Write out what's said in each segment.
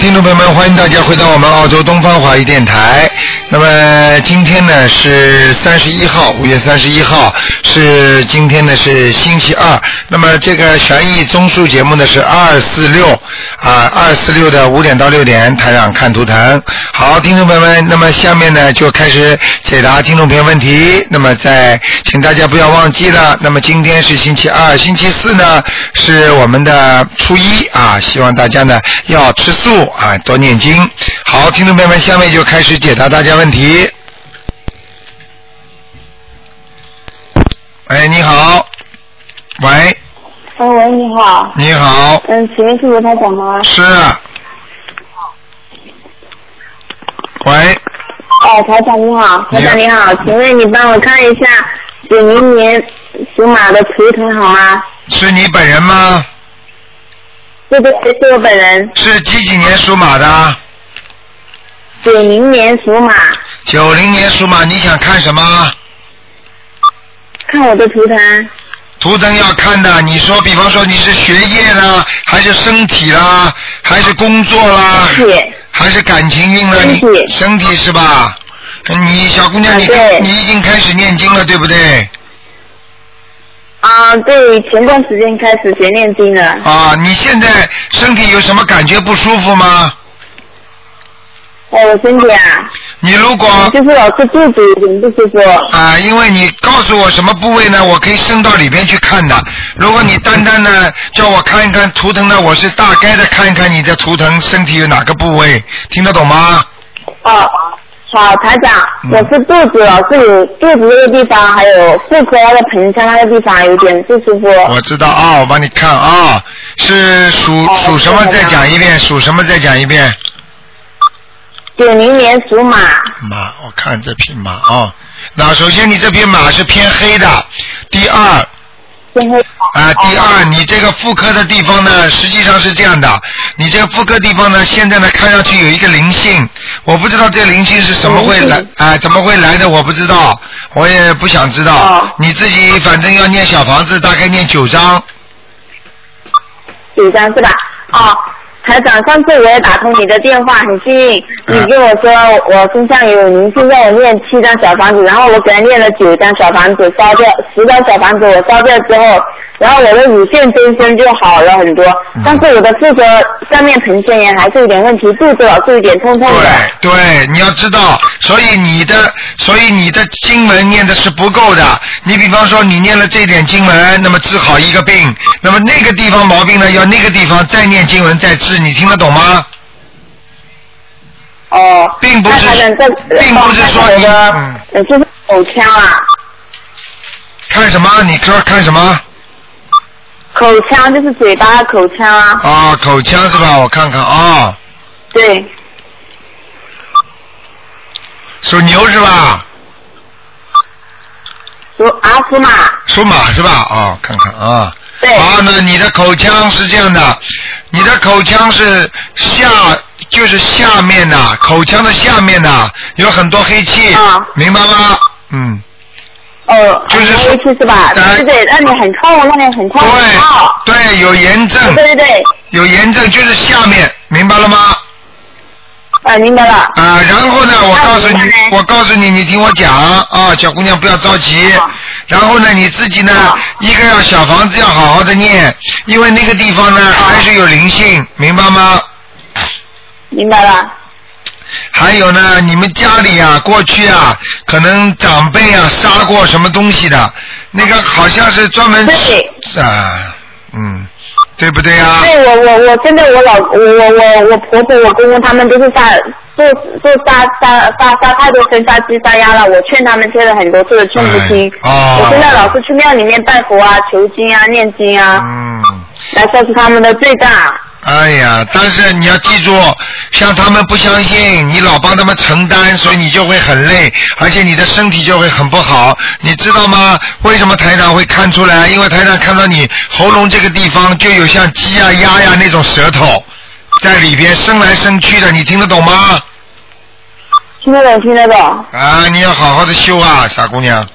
听众朋友们，欢迎大家回到我们澳洲东方华语电台。那么今天呢是31号，5月31号，是今天呢是星期二。那么这个悬疑综述节目呢是246的5点到6点，台长看图腾。好，听众朋友们，那么下面呢就开始解答听众朋友问题。那么请大家不要忘记了，那么今天是星期二，星期四呢是我们的初一啊，希望大家呢要吃素啊，多念经。好，听众朋友们，下面就开始解答大家问题。哎，你好，喂。 喂，你好。 你好。 请问是卢台长吗？ 是。喂。 台长你好，台长你好，请问你帮我看一下90年属马的图腾好吗？ 是你本人吗？ 对，是我本人。 是几年属马的 ？90年属马。 90年属马，你想看什么？ 看我的图腾。 图腾要看的，你说，比方说你是学业啦，还是身体啦，还是工作啦，还是感情运啦？身体是吧？你小姑娘，你已经开始念经了，对不对？ 对，前段时间开始学念经了。 你现在身体有什么感觉不舒服吗？ 我身体啊。 你如果就是老是肚子有点不舒服。 因为你告诉我什么部位呢，我可以伸到里边去看的。如果你单单呢叫我看一看图腾呢，我是大概的看一看你的图腾身体有哪个部位，听得懂吗？ 好，台长，我是肚子老是有肚子这个地方，还有妇科那个盆腔那个地方有点不舒服。 我知道我帮你看是属什么？再讲一遍，属什么？再讲一遍。 90年属马。 马，我看这匹马那首先你这匹马是偏黑的，第二。第二，你这个妇科的地方呢，实际上是这样的，你这个妇科地方呢，现在呢看上去有一个灵性，我不知道这个灵性是怎么会来，怎么会来的我不知道，我也不想知道。你自己反正要念小房子，大概念9张。 9张是吧？台长，上次我也打通你的电话，很幸运，你跟我说我身上有灵性，让我念7张小房子，然后我给他念了9张小房子，烧掉10张小房子，我烧掉之后，然后我的乳腺增生就好了很多，但是我的妇科上面盆腔炎还是有点问题，肚子老是有点痛痛的。 对，你要知道，所以你的经文念的是不够的。你比方说你念了这点经文，那么治好一个病，那么那个地方毛病呢，要那个地方再念经文再治，你听得懂吗？并不是说你就是口腔啊。 看什么？你说看什么？ 口腔就是嘴巴的口腔啊。 口腔是吧？我看看对。 属牛是吧？ 属马。 属马是吧？看看对。 那你的口腔是这样的，你的口腔是就是下面的，口腔的下面的有很多黑气，明白吗？就是黑气是吧？对，让你很痛，让你很痛。 对，有炎症。 对， 有炎症就是下面，明白了吗？ 明白了。 然后呢，我告诉你，你听我讲小姑娘不要着急。然后呢，你自己呢，一个要小房子要好好的念，因为那个地方呢还是有灵性，明白吗？ 明白了。 还有呢，你们家里过去可能长辈杀过什么东西的，那个好像是专门对不对啊？ 对，我现在我婆婆我公公他们都是杀太多生杀鸡杀鸭了，我劝他们劝了很多次的劝不听。我现在老是去庙里面拜佛求经念经来消除他们的罪大。 哎呀，但是你要记住，像他们不相信，你老帮他们承担，所以你就会很累，而且你的身体就会很不好，你知道吗？为什么台长会看出来？因为台长看到你喉咙这个地方就有像鸡鸭那种舌头在里边伸来伸去的，你听得懂吗？ 听得懂。 你要好好的修傻姑娘。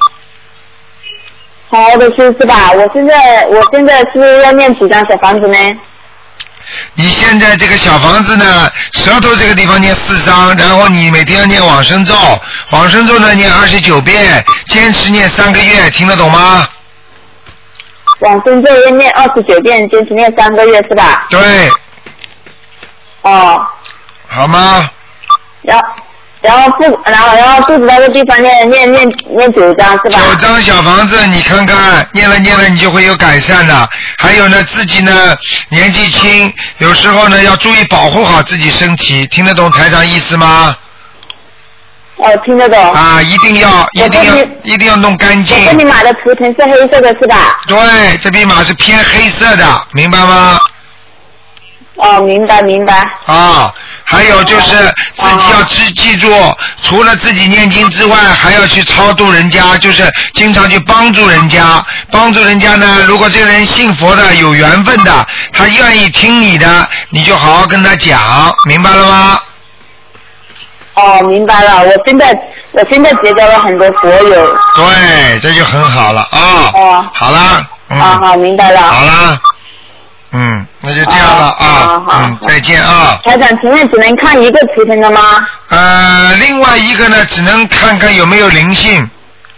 好好的修是吧？我现在是要念几张小房子呢？ 你现在这个小房子呢，舌头这个地方念4章，然后你每天要念往生咒，往生咒呢念29遍，坚持念3个月，听得懂吗？ 往生咒要念29遍，坚持念3个月是吧？ 对。 哦。 好吗？ 然后肚子那个地方念9章是吧 ？9张小房子，你看看念了你就会有改善的。还有呢，自己呢年纪轻，有时候呢要注意保护好自己身体，听得懂台长意思吗？ 听得懂。 啊，一定要弄干净。 我跟你买的图腾是黑色的是吧？ 对，这匹马是偏黑色的，明白吗？ 明白。 啊，还有就是自己要记住，除了自己念经之外，还要去超度人家，就是经常去帮助人家。帮助人家呢，如果这个人信佛的、有缘分的，他愿意听你的，你就好好跟他讲，明白了吗？ 明白了。我现在结交了很多佛友。 对，这就很好了啊。好了。 好，明白了。 好了。那就这样了啊。再见啊。 台长，请问只能看一个图腾的吗？ 另外一个呢，只能看看有没有灵性。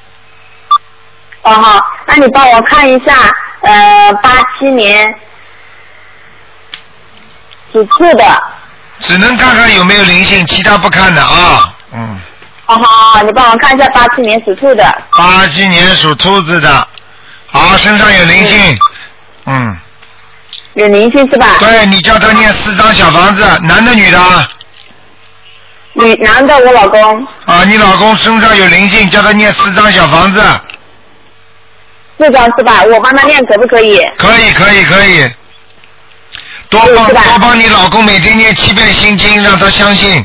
好，那你帮我看一下，87年属兔的。 只能看看有没有灵性，其他不看的啊。 好，你帮我看一下87年属兔的。 87年属兔子的，好，身上有灵性。 有灵性是吧？ 对，你叫他念4张小房子，男的女的？ 男的，我老公。 你老公身上有灵性，叫他念4张小房子。 4张是吧？我帮他念可不可以？ 可以。多帮你老公每天念7遍心经，让他相信。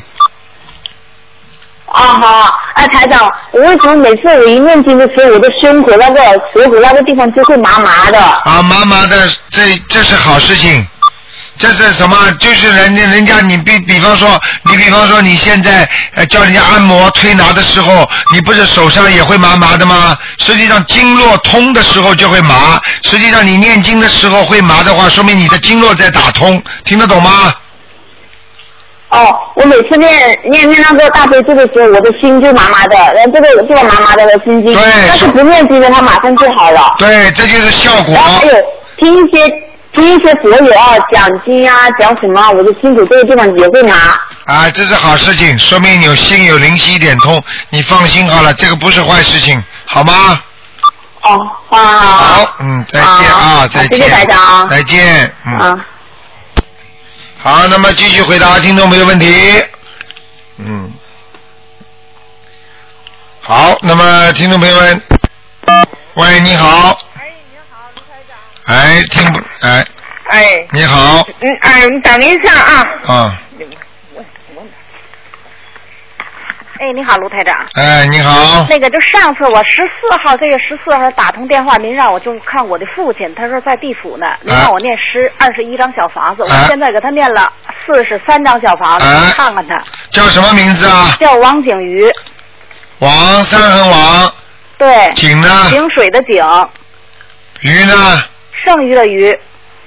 好，台长，我为什么每次我一念经的时候，我的舌头那个地方就会麻麻的？ 麻麻的，这是好事情。这是什么？就是人家你比方说你现在叫人家按摩推拿的时候，你不是手上也会麻麻的吗？实际上经络通的时候就会麻，实际上你念经的时候会麻的话，说明你的经络在打通，听得懂吗？ 我每次念那个大悲咒的时候，我的心就麻麻的，然后这个地方麻麻的，我心经。对。但是不念经的，它马上就好了。 对，这就是效果。 还有听一些佛友讲经讲什么，我的心口这个地方也会麻。 这是好事情，说明你心有灵犀一点通，你放心好了，这个不是坏事情，好吗？好，再见再见。 谢谢台长。 再见。好，那么继续回答听众朋友问题。好，那么听众朋友们，喂，你好。 你好，卢台长。 你好。 你等一下啊。你好，卢台长。 你好。 那个，就上次我这月14号打通电话，您让我就看我的父亲，他说在地府呢，您让我念21张小房子，我现在给他念了43张小房子，你看看他。 叫什么名字啊？ 叫王景瑜。 王，三横王。 对。 景呢？ 井水的井。 鱼呢？ 剩余的鱼。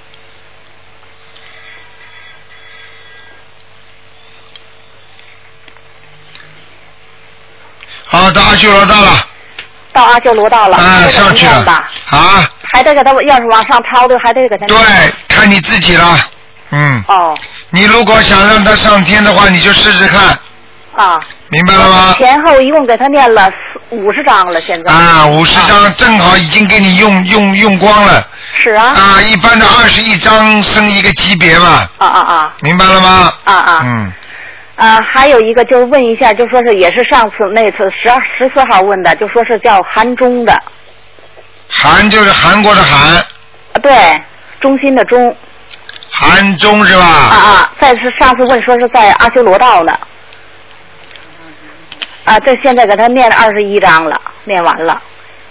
好，到阿修罗道了。 到阿修罗道了。 上去了。 还得给他，要是往上抄的，还得给他。 对，看你自己了。你如果想让他上天的话，你就试试看。明白了吗？ 前后一共给他念了50张了，现在。 50张正好已经给你用光了。 是啊。 一般的21张升一个级别嘛。明白了吗？ 还有一个就是问一下，就说是也是上次那次14号问的，就说是叫韩中的。 韩就是韩国的韩。 对，中心的中。 韩中是吧？ 上次问说是在阿修罗道呢。这现在给他念了21章了，念完了。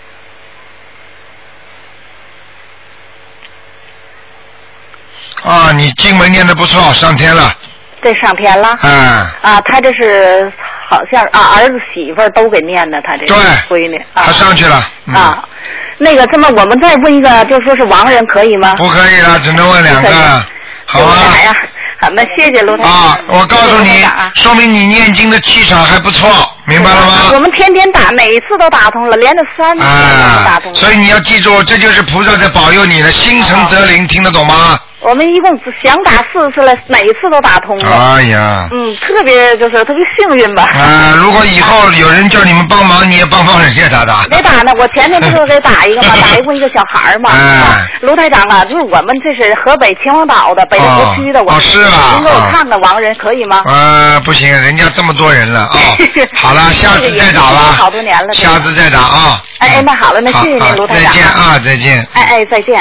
你经文念得不错，上天了。 这上天了。他这是好像儿子媳妇都给念的，他这闺女。 他上去了。 那个，这么我们再问一个，就说是亡人可以吗？ 不可以了，只能问2个。 好啊。 哎呀，好，那谢谢卢台长。 啊，我告诉你，说明你念经的气场还不错，明白了吗？ 我们天天打，每一次都打通了，连着3次都打通了。 所以你要记住，这就是菩萨在保佑你的，心诚则灵，听得懂吗？ 我们一共只想打4次了，每一次都打通了。 哎呀， 特别幸运吧。 如果以后有人叫你们帮忙，你也帮人家打打。 没打呢，我前天不是给打一个吗？打一个小孩嘛。卢台长啊，就是我们这是河北秦皇岛的北戴河区的，我是啊。 您给我看看亡人可以吗？ 不行，人家这么多人了啊。好了，下次再打吧。 好多年了。 下次再打啊。 那好了，那谢谢您，卢台长。 再见啊，再见。 再见。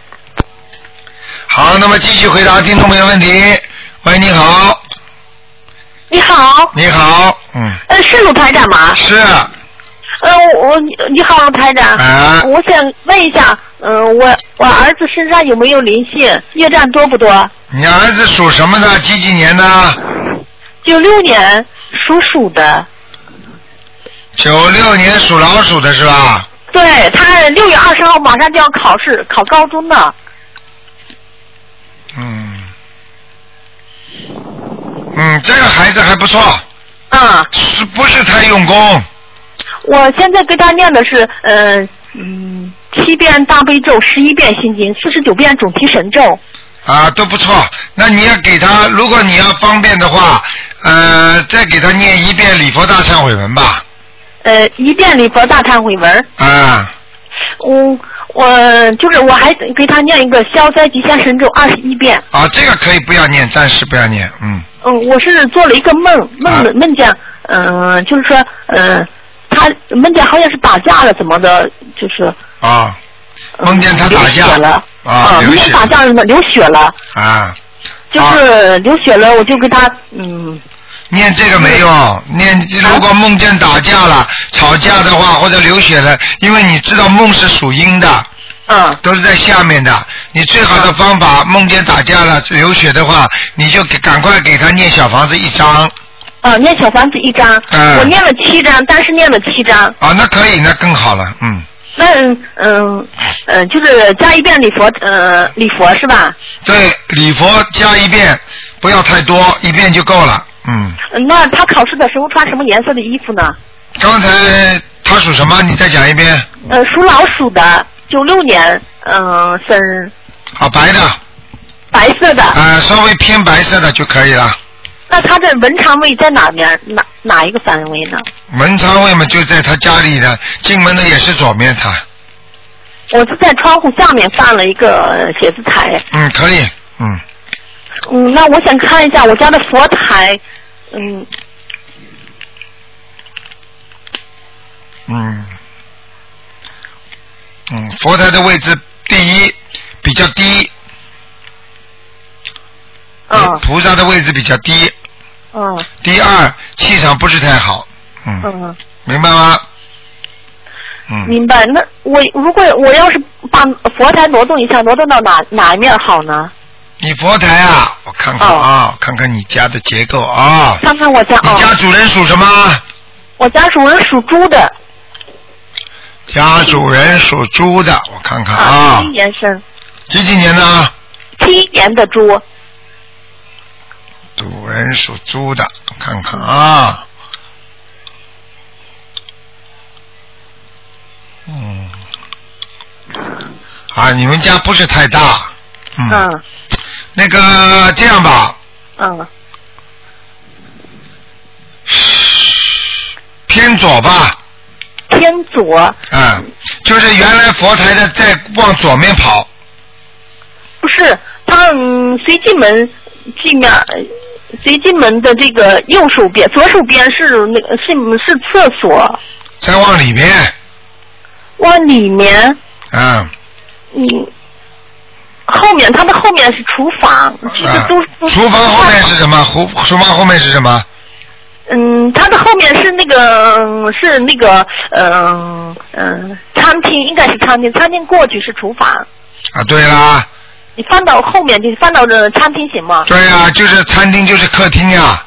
好，那么继续回答听众朋友问题。喂，你好。 你好。 你好， 是卢台长吗？ 是。 你好，卢台长。我想问一下，我儿子身上有没有灵性？业障多不多？ 你儿子属什么的？几年的 ？96年属鼠的。 96年属老鼠的是吧？ 对，他6月20号马上就要考试，考高中呢。 这个孩子还不错。是不是太用功？ 我现在给他念的是7遍大悲咒，11遍心经，49遍准提神咒。 都不错。那你要给他，如果你要方便的话，再给他念1遍礼佛大忏悔文吧。 1遍礼佛大忏悔文。我还给他念一个消灾吉祥神咒21遍。 这个可以不要念，暂时不要念。 我是做了一个梦见，就是说，他梦见好像是打架了怎么的，就是梦见他打架了梦见打架了流血了就是流血了，我就给他念这个没用，如果梦见打架了、吵架的话或者流血了，因为你知道梦是属阴的。都是在下面的。你最好的方法，梦见打架了、流血的话，你就赶快给他念小房子1张。 念小房子1张。我念了7张，但是念了7张。 那可以，那更好了。 那就是加1遍礼佛是吧？ 对，礼佛加1遍，不要太多，1遍就够了。 那他考试的时候穿什么颜色的衣服呢？ 刚才他属什么？你再讲一遍。 属老鼠的。96年，生日。 白的。 白色的。 稍微偏白色的就可以了。 那他的文昌位在哪边？哪一个方位呢？ 文昌位嘛，就在他家里的，进门的也是左面他。 我是在窗户下面放了一个写字台。 可以。 那我想看一下我家的佛台。 佛台的位置，第一比较低。菩萨的位置比较低。第二，气场不是太好。明白吗？ 明白。那如果我要是把佛台挪动一下，挪动到哪一面好呢？ 你佛台我看看看看你家的结构看看我家。 你家主人属什么？ 我家主人属猪的。 家主人属猪的，我看看 71年生。 几年呢 ？71年的猪。 主人属猪的，我看看你们家不是太大。那个这样吧。偏左吧。 偏左。 就是原来佛台的在往左面跑。 不是，他随进门的这个右手边，左手边是厕所。 再往里面。 往里面。后面，他的后面是厨房，其实都。 厨房后面是什么？厨房后面是什么？ 他的后面是那个餐厅，应该是餐厅，餐厅过去是厨房。 对啦。 你翻到后面，就翻到这餐厅行吗？ 对呀，就是餐厅就是客厅呀。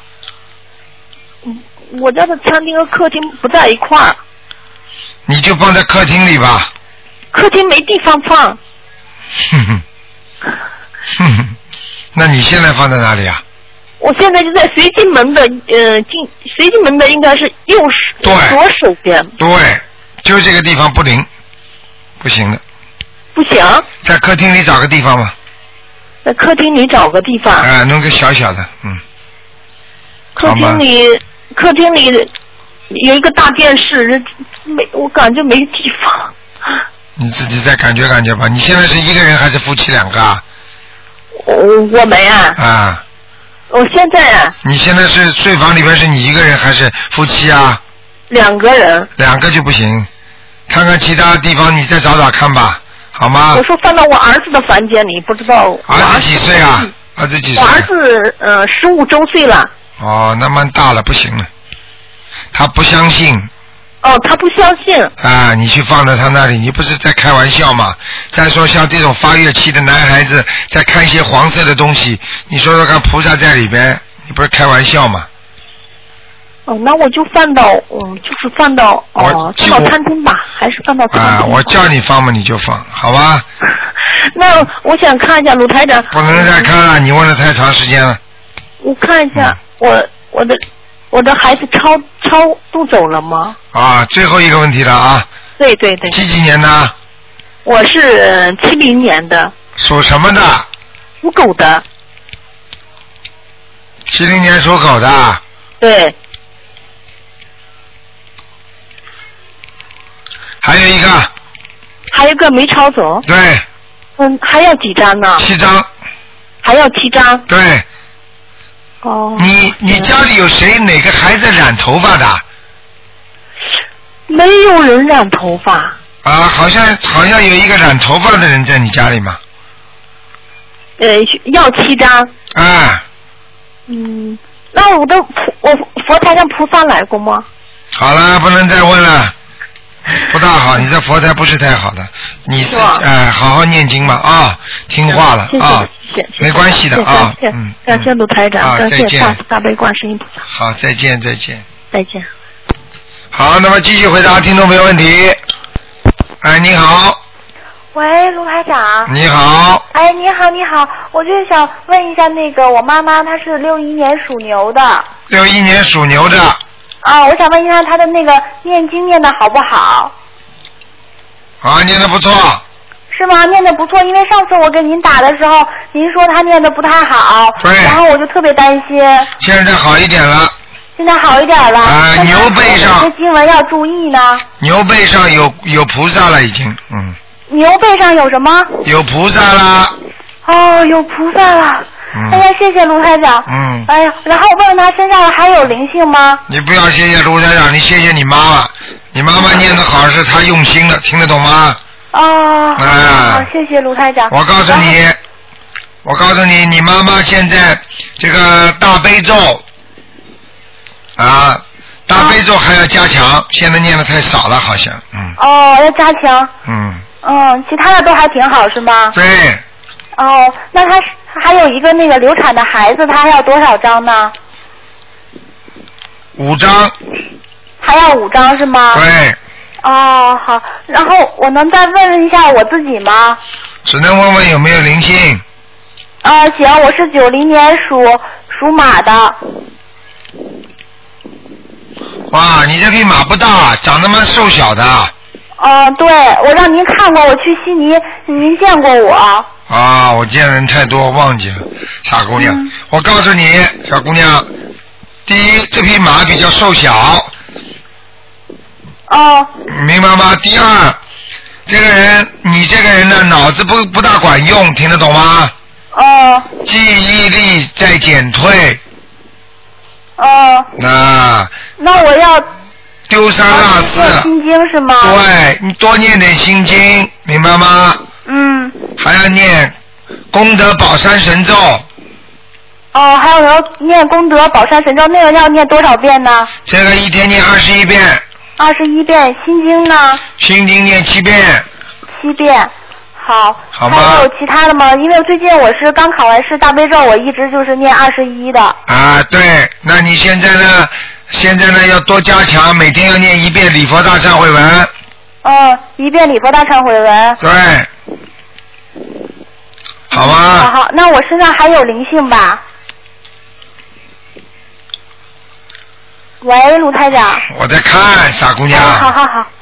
我家的餐厅和客厅不在一块儿。 你就放在客厅里吧。 客厅没地方放。 那你现在放在哪里啊？ 我现在就在随进门的随进门的应该是左手边。 对，就这个地方不灵，不行的。 不行。 在客厅里找个地方吧。 在客厅里找个地方。 弄个小小的， 客厅里有一个大电视，我感觉没地方。 你自己再感觉感觉吧。你现在是一个人还是夫妻两个啊？ 我们啊。我现在啊。 你现在是睡房里边是你一个人还是夫妻啊？2个人。 2个就不行，看看其他地方你再找找看吧，好吗？ 我说放到我儿子的房间里，不知道。 儿子几岁啊？儿子几岁？ 我儿子15周岁了。 哦，那蛮大了，不行了，他不相信。 哦，他不相信。 啊，你去放在他那里，你不是在开玩笑吗？再说像这种发育期的男孩子，在看一些黄色的东西，你说说看，菩萨在里边，你不是开玩笑吗？ 哦，那我就放到，就是放到餐厅吧，还是放到餐厅？ 啊，我叫你放嘛，你就放，好吧？ 那我想看一下卢台长。 不能再看了，你问了太长时间了。 我看一下，我的孩子超度走了吗？ 啊，最后一个问题了啊。 对。 几年的？ 我是70年的。 属什么的？ 属狗的。 70年属狗的。 对。 还有一个没抄走。 对。 还要几张呢 ？7张。 还要7张。 对。 哦。 你家里有谁哪个孩子染头发的？ 没有人染头发。 啊，好像有一个染头发的人在你家里嘛。 要7张。 啊。 那我佛台上菩萨来过吗？ 好了，不能再问了。不大好，你这佛台不是太好的，你好好念经吧啊，听话了啊，没关系的啊， 感谢卢台长，感谢大悲观世音菩萨。 好，再见。 好，那么继续回答听众朋友问题。哎，你好。 喂，卢台长。 你好。 哎，你好，我就是想问一下那个我妈妈，她是61年属牛的。 61年属牛的。 啊，我想问一下她的那个念经念的好不好？ 啊，念的不错。 是吗？念的不错，因为上次我给您打的时候，您说她念的不太好， 对， 然后我就特别担心。 现在好一点了。 现在好一点了。 啊，牛背上。 哪些经文要注意呢？ 牛背上有菩萨了，已经， 牛背上有什么？ 有菩萨啦。 哦，有菩萨了。哎呀，谢谢卢台长。哎呀，然后我问问他身上还有灵性吗？ 你不要谢谢卢台长，你谢谢你妈妈。你妈妈念得好是她用心了，听得懂吗？ 哦。好，谢谢卢台长。 我告诉你，你妈妈现在这个大悲咒啊，大悲咒还要加强，现在念得太少了，好像。 哦，要加强。其他的都还挺好，是吗？ 对。 哦，那他还有一个那个流产的孩子，他还要多少张呢 ？5张。 还要5张是吗？ 对。 哦，好，然后我能再问一下我自己吗？ 只能问问有没有灵性。 行，我是90年属马的。 哇，你这匹马不大，长得蛮瘦小的。 对，我让您看过，我去悉尼，您见过我。 我见人太多忘记了，傻姑娘。我告诉你，小姑娘，第一，这匹马比较瘦小。明白吗？第二，你这个人呢，脑子不大管用，听得懂吗？记忆力在减退。 那我要丢三落四。 念心经是吗？ 对，你多念点心经，明白吗？还要念功德宝山神咒。 还要念功德宝山神咒，那个要念多少遍呢？ 这个一天念21遍。 21遍，心经呢？ 心经念7遍。 7遍，好。 好吗？ 还有其他的吗？因为最近我是刚考完试，大悲咒我一直就是念21的。 对，那你现在呢？要多加强，每天要念1遍礼佛大忏悔文。1 遍礼佛大忏悔文。 对。 好吗？ 好，那我身上还有灵性吧？喂，卢台长。 我在看，傻姑娘。 好。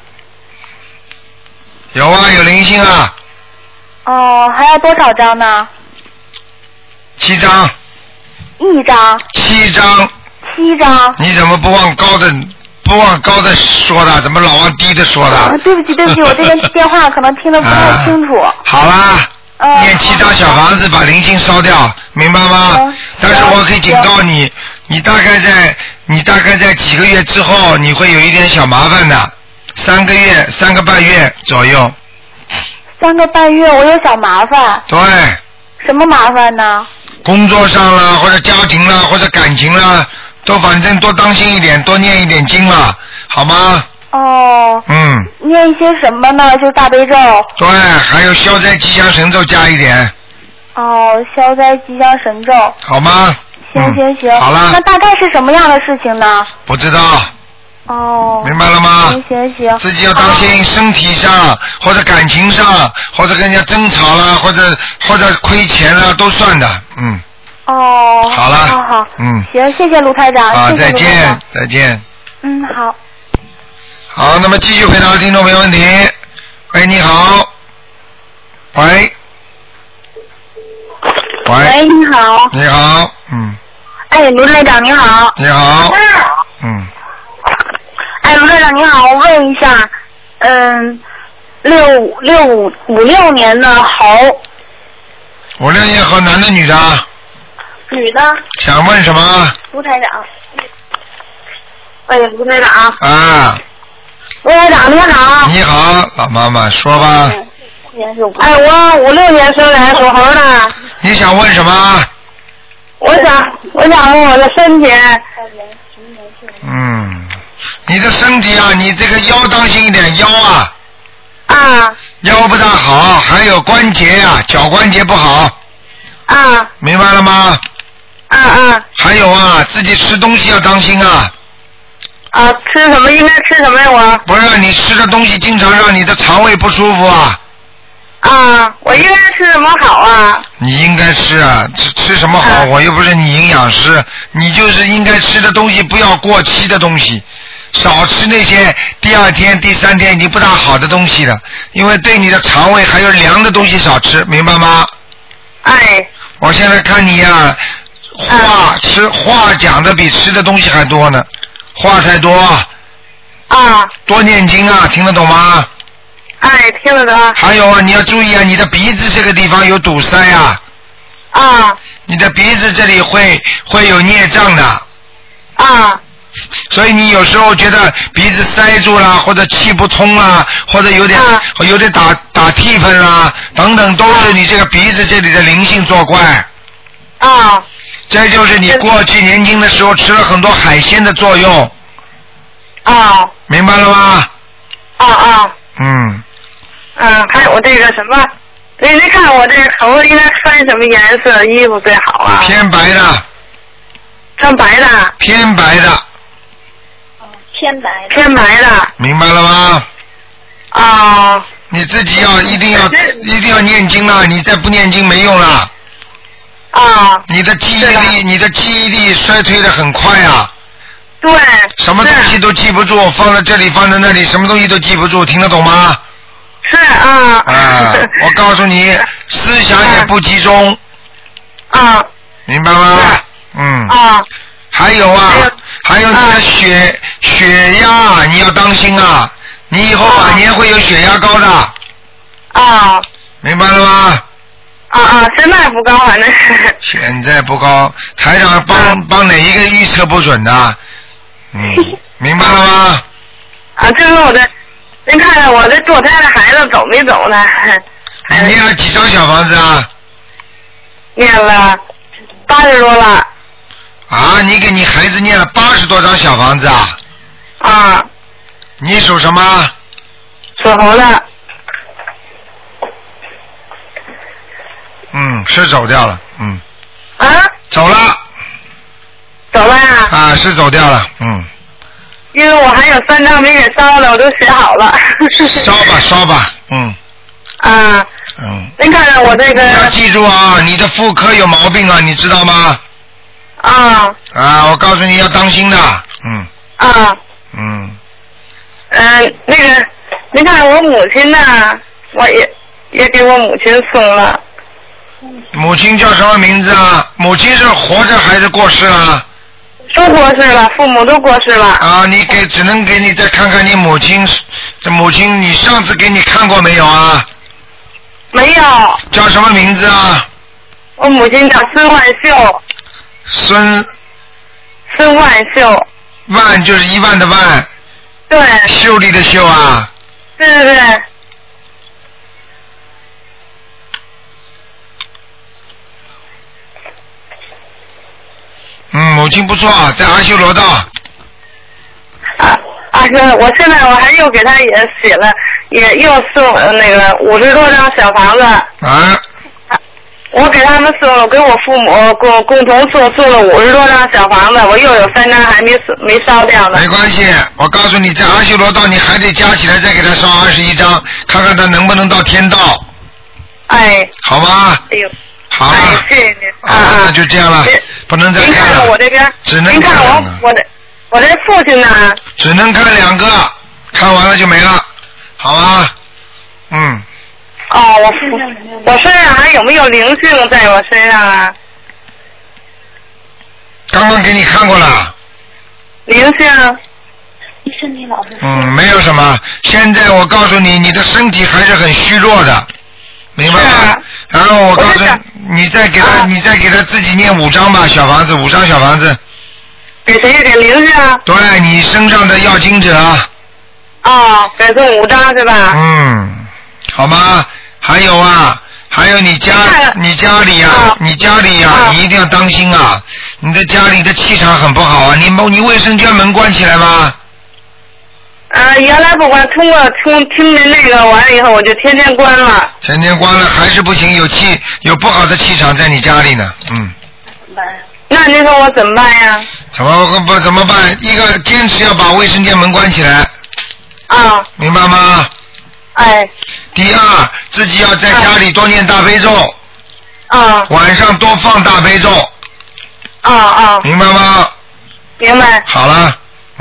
有啊，有灵性啊。 哦，还要多少张呢 ？7张。 1张。 7张。 7张。 你怎么不往高的说的？怎么老往低的说的？ 对不起，我这边电话可能听得不太清楚。 好啦。念7张小房子把灵性烧掉，明白吗？但是我可以警告你，你大概在几个月之后，你会有一点小麻烦的，3个半月左右。 3个半月我有小麻烦。 对。 什么麻烦呢？ 工作上啦，或者家庭啦，或者感情啦，都反正多当心一点，多念一点经啦，好吗？ 哦。念一些什么呢？就是大悲咒。对， 还有消灾吉祥神咒加一点。 哦，消灾吉祥神咒。 好吗？ 行。 好了。 那大概是什么样的事情呢？ 不知道。 哦。 明白了吗？ 行。 自己要当心身体上，或者感情上，或者跟人家争吵啦，或者亏钱啦，都算的。 哦。 好了。 好。行，谢谢卢台长。 再见。 好。 好，那么继续回答听众没问题。喂，你好。喂， 你好。 你好， 卢台长你好。 你好。 卢台长你好，我问一下56年的猴。 56年猴，男的女的？ 女的。 想问什么？ 卢台长。卢台长。卢台长你好。 你好，老妈妈说吧。 我56年生人，属猴的。 你想问什么？ 我想问我的身体。 你的身体啊，你这个腰当心一点，腰啊。腰不大好，还有关节啊，脚关节不好。明白了吗？还有啊，自己吃东西要当心啊。 吃什么应该吃什么呀？我不是你吃的东西经常让你的肠胃不舒服啊。 我应该吃什么好啊？ 你应该吃啊，吃什么好？我又不是你营养师，你就是应该吃的东西不要过期的东西，少吃那些第2天、第3天已经不大好的东西了，因为对你的肠胃还有凉的东西少吃，明白吗？我现在看你呀，话讲的比吃的东西还多呢。话太多多念经啊，听得懂吗？ 听得懂。 还有啊，你要注意啊，你的鼻子这个地方有堵塞啊。你的鼻子这里会有孽障的。所以你有时候觉得鼻子塞住了，或者气不通啦，或者有点打涕喷啦，等等，都是你这个鼻子这里的灵性作怪。这就是你过去年轻的时候吃了很多海鲜的作用。明白了吗？ 还有这个什么？您看我这个头应该穿什么颜色衣服最好啊？ 偏白的。 穿白的。 偏白的。 偏白的。 明白了吗？你自己一定要念经了，你再不念经没用了。你的记忆力衰退的很快啊。 对。 什么东西都记不住，放在这里放在那里，什么东西都记不住，听得懂吗？ 是我告诉你，思想也不集中。明白吗？还有你的血压你要当心啊，你以后晚年会有血压高的。明白了吗？ 现在不高，反正是。 现在不高，台长帮哪一个预测不准的？明白了吗？ 这是我的，您看看我这堕胎的孩子走没走呢？ 你念了几张小房子啊？ 念了80多了。 你给你孩子念了80多张小房子啊？你属什么？ 属猴的。 是走掉了。走了。 走了呀？ 是走掉了。 因为我还有3张没给烧了，我都写好了。 烧吧。 您看看我这个。 要记住啊，你的妇科有毛病啊，你知道吗？ 啊。 我告诉你要当心的， 那个，您看我母亲呢，我也给我母亲送了。 母亲叫什么名字啊？母亲是活着还是过世了？ 都过世了，父母都过世了。 你只能给你再看看你母亲，这母亲你上次给你看过没有啊？ 没有。 叫什么名字啊？ 我母亲叫孙万秀。孙万秀。 万就是1万的万。 对。 秀丽的秀啊。 对。 母亲不错，在阿修罗道。 我现在我还又给他也写了，也又送那个50多张小房子。我给他们送，给我父母共同送了50多张小房子，我又有3张还没烧掉呢。 没关系，我告诉你，在阿修罗道你还得加起来再给他烧21张，看看他能不能到天道。好吗？ 哎呦。 好了。 谢谢您。 那就这样了，不能再看了。 您看我这边， 只能看我这父亲呢？ 只能看2个，看完了就没了，好吧？ 我身上还有没有灵性在我身上啊？ 刚刚给你看过了。 灵性？ 你身体老是。 没有什么。现在我告诉你，你的身体还是很虚弱的，明白吗？然后我告诉你，你再给他自己念5张吧，小房子5张小房子。 给谁？给灵性？ 对，你身上的要经者。 给送5张是吧？ 好吗？还有你家里呀，你一定要当心啊！你的家里的气场很不好啊！你卫生间门关起来吗？ 原来不关，听见那个完了以后，我就天天关了。 天天关了还是不行，有不好的气场在你家里呢。 那您说我怎么办呀？ 怎么办？一个坚持要把卫生间门关起来。明白吗？第二，自己要在家里多念大悲咒。晚上多放大悲咒。明白吗？ 明白。 好了。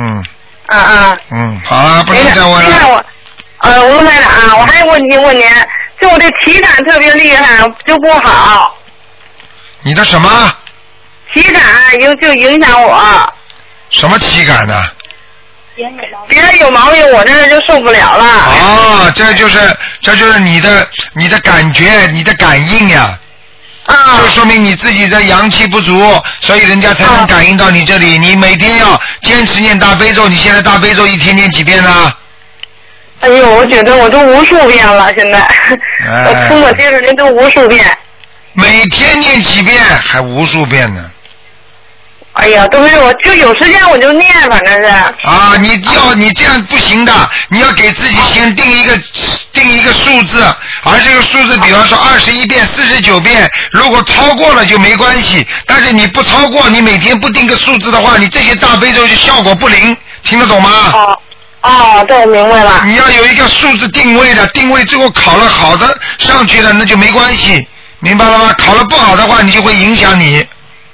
好了，不能再问了。 你看我，吴台长，我还有问题问您，就我这体感特别厉害，就不好。 你的什么？ 体感就影响我。 什么体感呢？ 别人有毛病，我这就受不了了。 这就是你的感觉，你的感应呀。就说明你自己的阳气不足，所以人家才能感应到你这里。你每天要坚持念大悲咒，你现在大悲咒一天念几遍呢？ 哎呦，我觉得我都无数遍了，现在我通过接触您都无数遍。 每天念几遍，还无数遍呢。 哎呀，都是我就有时间我就念，反正是。 你这样不行的，你要给自己先定一个数字，而这个数字，比方说21遍、49遍，如果超过了就没关系，但是你不超过，你每天不定个数字的话，你这些大悲咒就效果不灵，听得懂吗？ 对，明白了。 你要有一个数字定位的，定位之后考了好的上去了，那就没关系，明白了吗？考了不好的话，你就会影响你。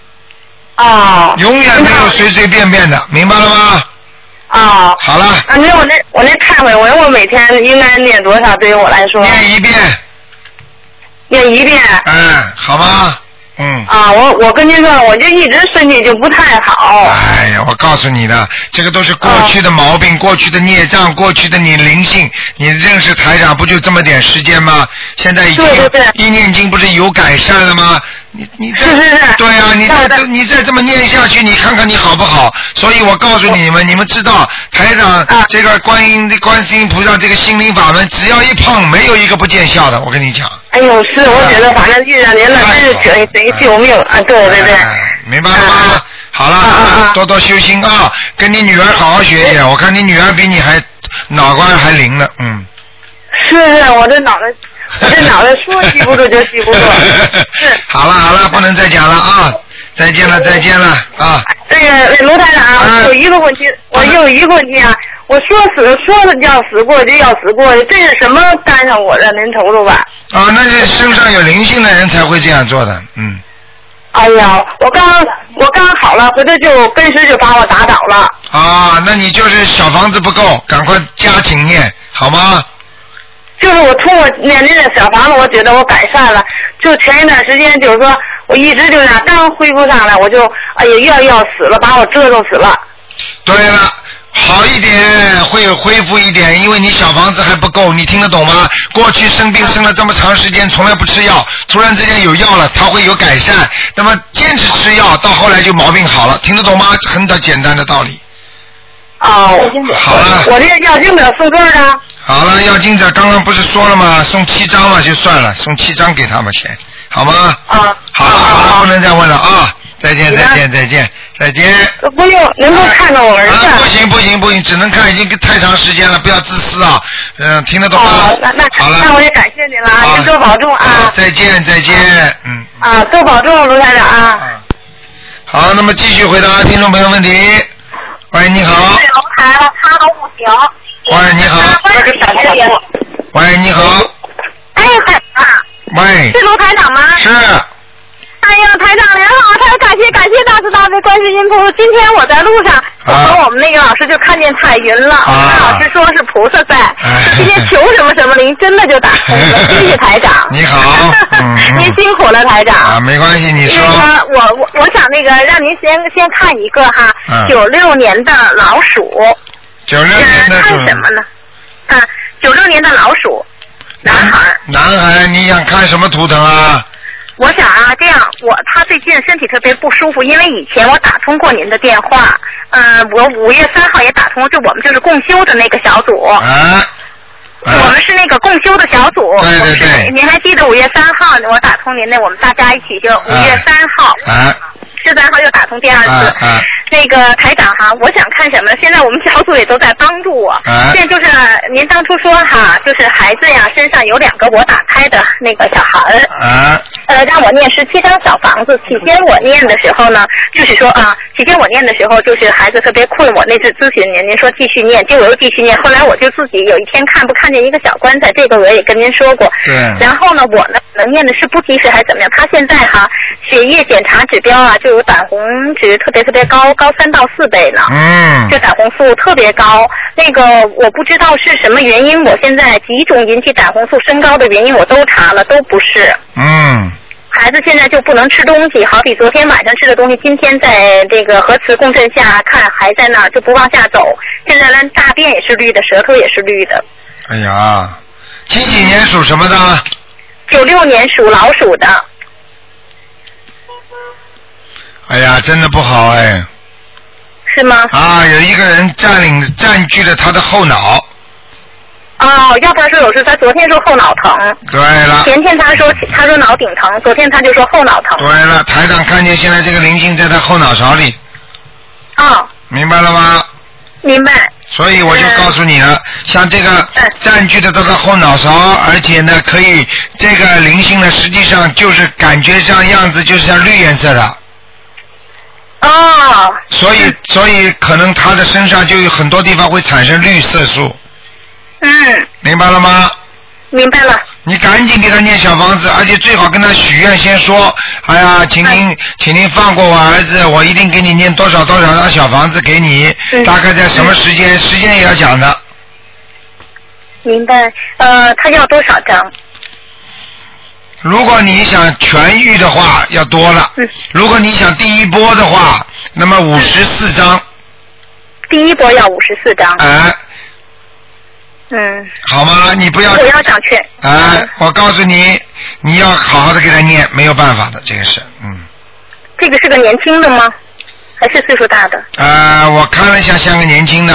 永远没有随随便便的，明白了吗？好了。 那我那忏悔文，我每天应该念多少？对于我来说。 念1遍。 念1遍。 好吗？ 我跟您说，我就一直身体就不太好。 哎呀，我告诉你的，这个都是过去的毛病，过去的孽障，过去的你灵性。你认识台长不就这么点时间吗？现在已经一念经不是有改善了吗？你这对啊，你再这么念下去，你看看你好不好？所以我告诉你们，你们知道台长这个观世音菩萨这个心灵法门，只要一碰，没有一个不见效的。我跟你讲。 哎呦，是，我觉得反正遇上您了，真是等于救命啊！对。 明白了吗？好了，多多修心啊，跟你女儿好好学学。我看你女儿比你还脑瓜还灵呢， 是，我这脑袋， 这脑袋说记不住就记不住。是。 好了，不能再讲了啊！再见了啊！ 这个卢台长，有一个问题，我有一个问题啊，我说要死过就要死过，这是什么干上我的？您瞅瞅吧。 啊，那是身上有灵性的人才会这样做的，嗯。 哎呀，我刚好了，回头就跟时就把我打倒了。 啊，那你就是小房子不够，赶快加紧念，好吗？ 就是我通过念这个小房子，我觉得我改善了。就前一段时间，就是说我一直就那刚恢复上来，我就哎呀要死了，把我折腾死了。 对了。好一点，会恢复一点，因为你小房子还不够，你听得懂吗？过去生病生了这么长时间，从来不吃药，突然之间有药了，它会有改善。那么坚持吃药，到后来就毛病好了，听得懂吗？很简单的道理。 哦， 好了。 我这要经者送多少张？ 好了，要经者刚刚不是说了吗？送7张嘛，就算了，送7张给他们先，好吗？ 啊。 好了，不能再问了啊！再见。 不用，能够看到我儿子。 不行，只能看，已经太长时间了，不要自私啊！听得懂吗？好了， 那我也感谢您了啊，您多保重啊！ 再见， 啊，多保重，卢台长啊！ 好，那么继续回答听众朋友问题。喂，你好。 是龙台了，他都不行。 喂，你好。喂，你好。 哎， 喂。 是卢台长吗？ 是。 哎呀，台长您好，太感谢大慈大悲观世音菩萨。今天我在路上，我和我们那个老师就看见彩云了。我们老师说是菩萨在，今天求什么灵，真的就打通了。谢谢台长。 你好。 您辛苦了，台长。 啊，没关系，你说。 我想那个让您先看一个哈，96年的老鼠。 96年的看什么呢？96年的老鼠，男孩。 男孩，你想看什么图腾啊？ 我想啊，这样他最近身体特别不舒服，因为以前我打通过您的电话，我5月3号也打通，我们就是共修的那个小组。我们是那个共修的小组。 对。 您还记得5月3号我打通您的，我们大家一起就5月3号。13号又打通第二次。那个台长哈，我想看什么？现在我们小组也都在帮助我。现在就是您当初说哈，就是孩子呀身上有2个我打开的那个小孩儿。让我念17张小房子。起先我念的时候呢，就是说起先我念的时候就是孩子特别困，我那次咨询您说继续念，结果又继续念。后来我就自己有一天看见一个小棺材，这个我也跟您说过。然后呢，我呢能念的是不及时还是怎么样？他现在哈血液检查指标啊，就有胆红值特别高3到4倍呢。这胆红素特别高。那个我不知道是什么原因，我现在几种引起胆红素升高的原因我都查了，都不是。孩子现在就不能吃东西，好比昨天晚上吃的东西，今天在这个核磁共振下看还在那儿，就不往下走。现在连大便也是绿的，舌头也是绿的。 哎呀，几年属什么的 ？96年属老鼠的。 哎呀，真的不好哎。 是吗？ 有一个人占据了他的后脑。 要不然说有时他昨天说后脑疼。 对了。 前天他说脑顶疼，昨天他就说后脑疼。 对了，台长看见现在这个灵性在他后脑勺里。明白了吗？ 明白。 所以我就告诉你了，像这个占据的他的后脑勺，而且呢可以这个灵性呢实际上就是感觉上样子就是像绿颜色的。所以可能他的身上就有很多地方会产生绿色素。明白了吗？ 明白了。 你赶紧给他念小房子，而且最好跟他许愿，先说，哎呀，请您放过我儿子，我一定给你念多少张小房子给你，大概在什么时间也要讲的。 明白。他要多少张？ 如果你想痊愈的话，要多了。如果你想第一波的话，那么54张。 第一波要54张。 好吗？你不要。 我要想劝。 我告诉你，你要好好的给他念，没有办法的，这个是。 这个是个年轻的吗？还是岁数大的？ 我看了一下，像个年轻的。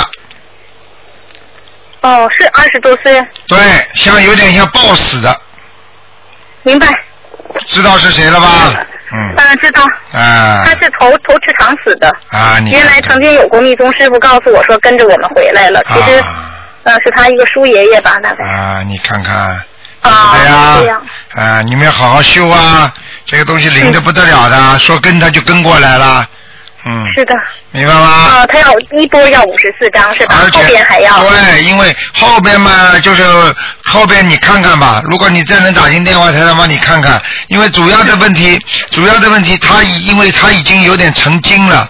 是20多岁。 对，有点像暴死的。 明白。 知道是谁了吧？ 知道。他是头吃肠死的。原来曾经有过密宗师傅告诉我说跟着我们回来了，其实是他一个叔爷爷吧，大概。 你看看， 对呀。 你们要好好修啊，这个东西灵得不得了的，说跟他就跟过来了。 是的。 明白吗？ 他要一波要54张是吧？后边还要。 对，因为后边嘛，就是后边你看看吧。如果你再能打进电话，才能帮你看看。因为主要的问题，因为他已经有点成精了。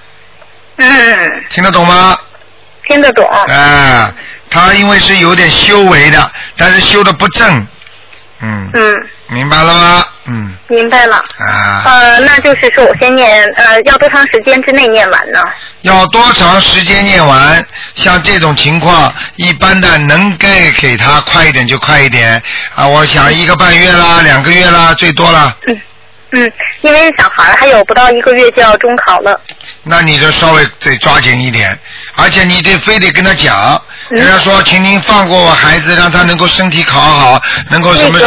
听得懂吗？ 听得懂。 他因为是有点修为的，但是修的不正。明白了吗？ 明白了。那就是说我先念，要多长时间之内念完呢？ 要多长时间念完？像这种情况，一般的能给他快一点就快一点我想1个半月啦，2个月啦，最多了。 因为小孩还有不到1个月就要中考了。 那你就稍微得抓紧一点，而且你非得跟他讲，跟他说，请您放过我孩子，让他能够身体考好，能够什么。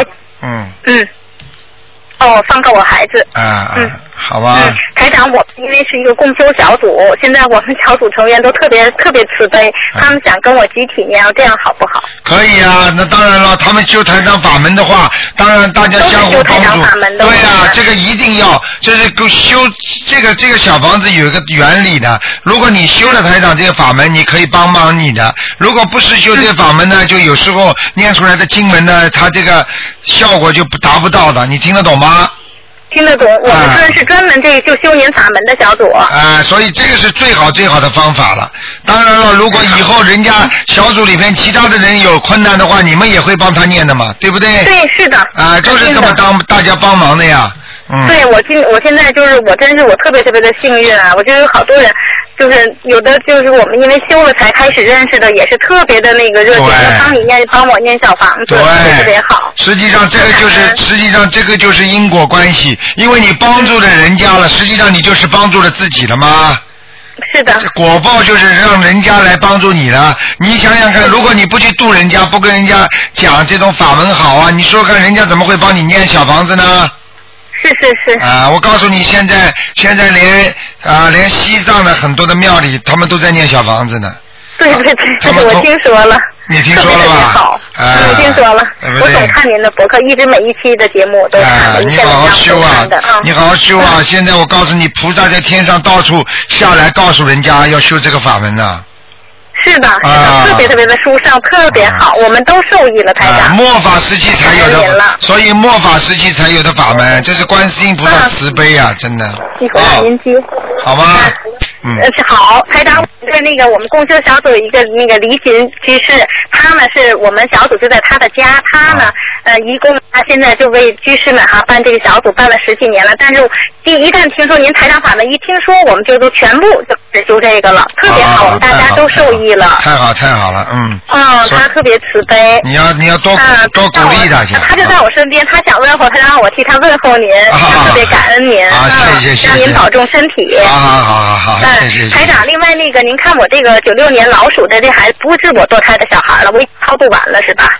放过我孩子。 好吧。 台长，我因为是一个共修小组，现在我们小组成员都特别慈悲，他们想跟我集体念，这样好不好？ 可以啊，那当然了，他们修台长法门的话，当然大家相互帮助。对啊，这个一定要，这是修这个小房子有一个原理的。如果你修了台长这个法门，你可以帮忙你的；如果不是修这个法门呢，就有时候念出来的经文呢，它这个效果就达不到的。你听得懂吗？ 听得懂，我们是专门就修您法门的小组。 所以这个是最好的方法了。当然了，如果以后人家小组里面其他的人有困难的话，你们也会帮他念的嘛，对不对？ 对，是的。 就是这么大家帮忙的呀。 对，我现在就是我特别的幸运啊！我觉得有好多人，就是有的就是我们因为修了才开始认识的，也是特别的那个热情，帮我念小房子，特别好。 实际上这个就是因果关系，因为你帮助了人家了，实际上你就是帮助了自己了吗？ 是的。 果报就是让人家来帮助你了。你想想看，如果你不去度人家，不跟人家讲这种法门好啊，你说看人家怎么会帮你念小房子呢？ 是。 我告诉你，现在连西藏的很多的庙里，他们都在念小房子呢。 对，我听说了。 你听说了吧？ 好，我听说了。我总看您的博客，一直每一期的节目都看。 你好好修啊！你好好修啊！现在我告诉你，菩萨在天上到处下来，告诉人家要修这个法门呢。 是的，特别的殊胜，特别好，我们都受益了，台长。 末法时期才有的，所以末法时期才有的法门，这是观世音菩萨慈悲啊，真的。 一会儿您接。 好吗？ 好，台长，在那个我们共修小组有一个那个离群居士，他呢是我们小组就在他的家，他呢一共他现在就为居士们办这个小组办了10几年了，但是一旦听说您台长法门，一听说我们就都全部就修这个了，特别好，我们大家都受益了。 太好了， 他特别慈悲。 你要多鼓励大家。 他就在我身边，他想问候他，让我替他问候您，特别感恩您。 谢。 让您保重身体。 好。谢。 台长，另外那个您看我这个96年老鼠的这孩子不是我堕胎的小孩了，我已经超度完了是吧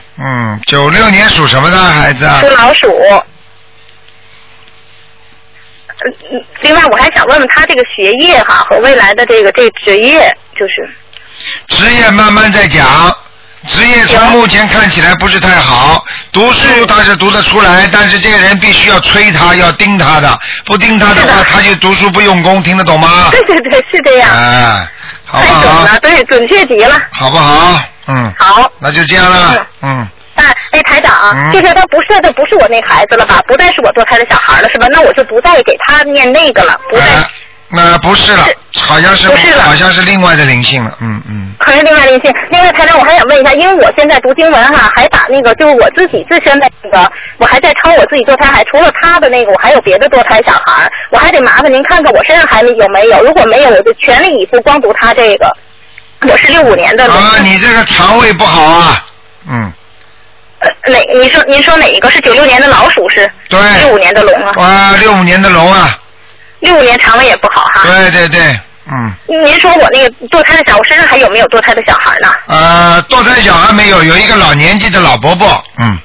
？96年属什么的孩子？ 属老鼠。另外我还想问问他这个学业和未来的这职业，就是职业慢慢在讲。职业从目前看起来不是太好，读书他是读得出来，但是这个人必须要催他，要盯他的，不盯他的话他就读书不用功，听得懂吗？ 对，是这样。 好不好？ 太准了，对，准确极了。 好不好？ 好。 那就这样了。 台长，就是他不是我那孩子了吧？不再是我堕胎的小孩了是吧？那我就不再给他念那个了，不再。 那不是了，好像是另外的灵性了， 可是另外灵性。另外台长，我还想问一下，因为我现在读经文还把那个就是我自己自身的那个，我还在抄我自己堕胎，还除了他的那个，我还有别的堕胎小孩，我还得麻烦您看看我身上还有没有，如果没有，我就全力以赴光读他这个。我是65年的。 你这个肠胃不好啊。 您说哪一个是96年的老鼠是？ 对。 65年的龙啊。 65年的龙啊。 65年肠胃也不好哈。 对。 您说我那个堕胎的小，我身上还有没有堕胎的小孩呢？ 堕胎小孩没有，有一个老年纪的老伯伯。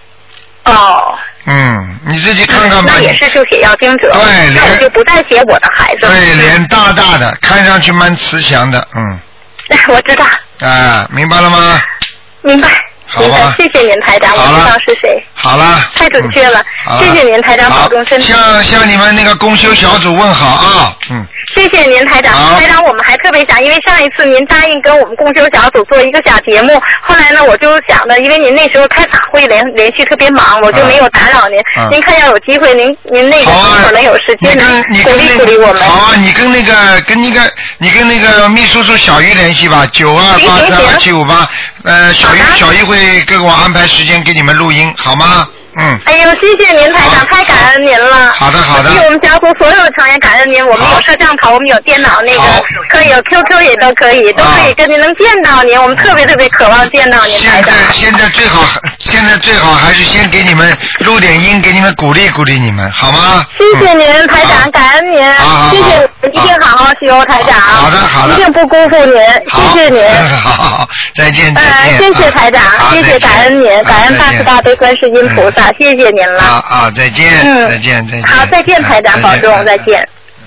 你自己看看吧。 那也是就写要经者。 对， 那我就不再写我的孩子。 对，脸大大的，看上去蛮慈祥的。 我知道。 明白了吗？ 明白。 好吧。 谢谢您台长，我知道是谁。 好了。 太准确了，谢谢您台长，保重身体。 向你们那个公修小组问好啊， 谢谢您台长，台长，我们还特别想，因为上一次您答应跟我们共修小组做一个小节目，后来呢，我就想的，因为您那时候开法会连续特别忙，我就没有打扰您。您看要有机会，您那个可能有时间，鼓励鼓励我们。 好，你跟那个秘书处小鱼联系吧，92832758，小鱼会给我安排时间给你们录音，好吗？ 哎呦，谢谢您台长，太感恩您了。 好的。 替我们小组所有的成员感恩您，我们有摄像头，我们有电脑，那个可以有 QQ 也都可以跟您能见到您，我们特别特别渴望见到您台长。 现在最好还是先给你们录点音，给你们鼓励鼓励你们，好吗？ 谢谢您台长，感恩您，谢谢您，一定好好修台长。 好的， 一定不辜负您，谢谢您。 好，再见。 谢谢台长，谢谢感恩您，感恩大慈大悲观世音菩萨。谢谢您了。 再见。再见。 好，再见，台长，保重，再见。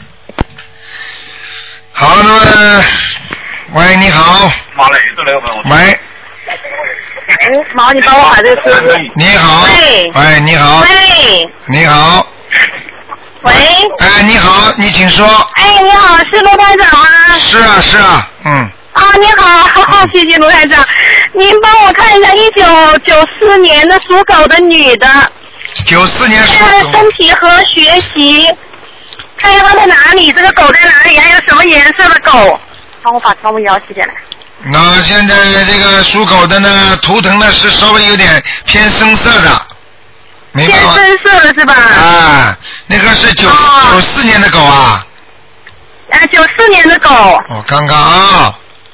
好，那么，喂，你好。喂。 毛，你帮我把这个声音。 你好。喂，你好。 喂。 你好。 喂。 你好，你请说。 你好，是卢台长吗？ 是啊， 你好，谢谢卢台长。您帮我看一下1994年的属狗的女的。 94年属狗。 现在身体和学习，看一下她在哪里，这个狗在哪里，还有什么颜色的狗？帮我把窗户摇起来。 那现在这个属狗的呢，图腾呢是稍微有点偏深色的，没办法。 偏深色的是吧？ 那个是94年的狗啊。 94年的狗。 我看看啊。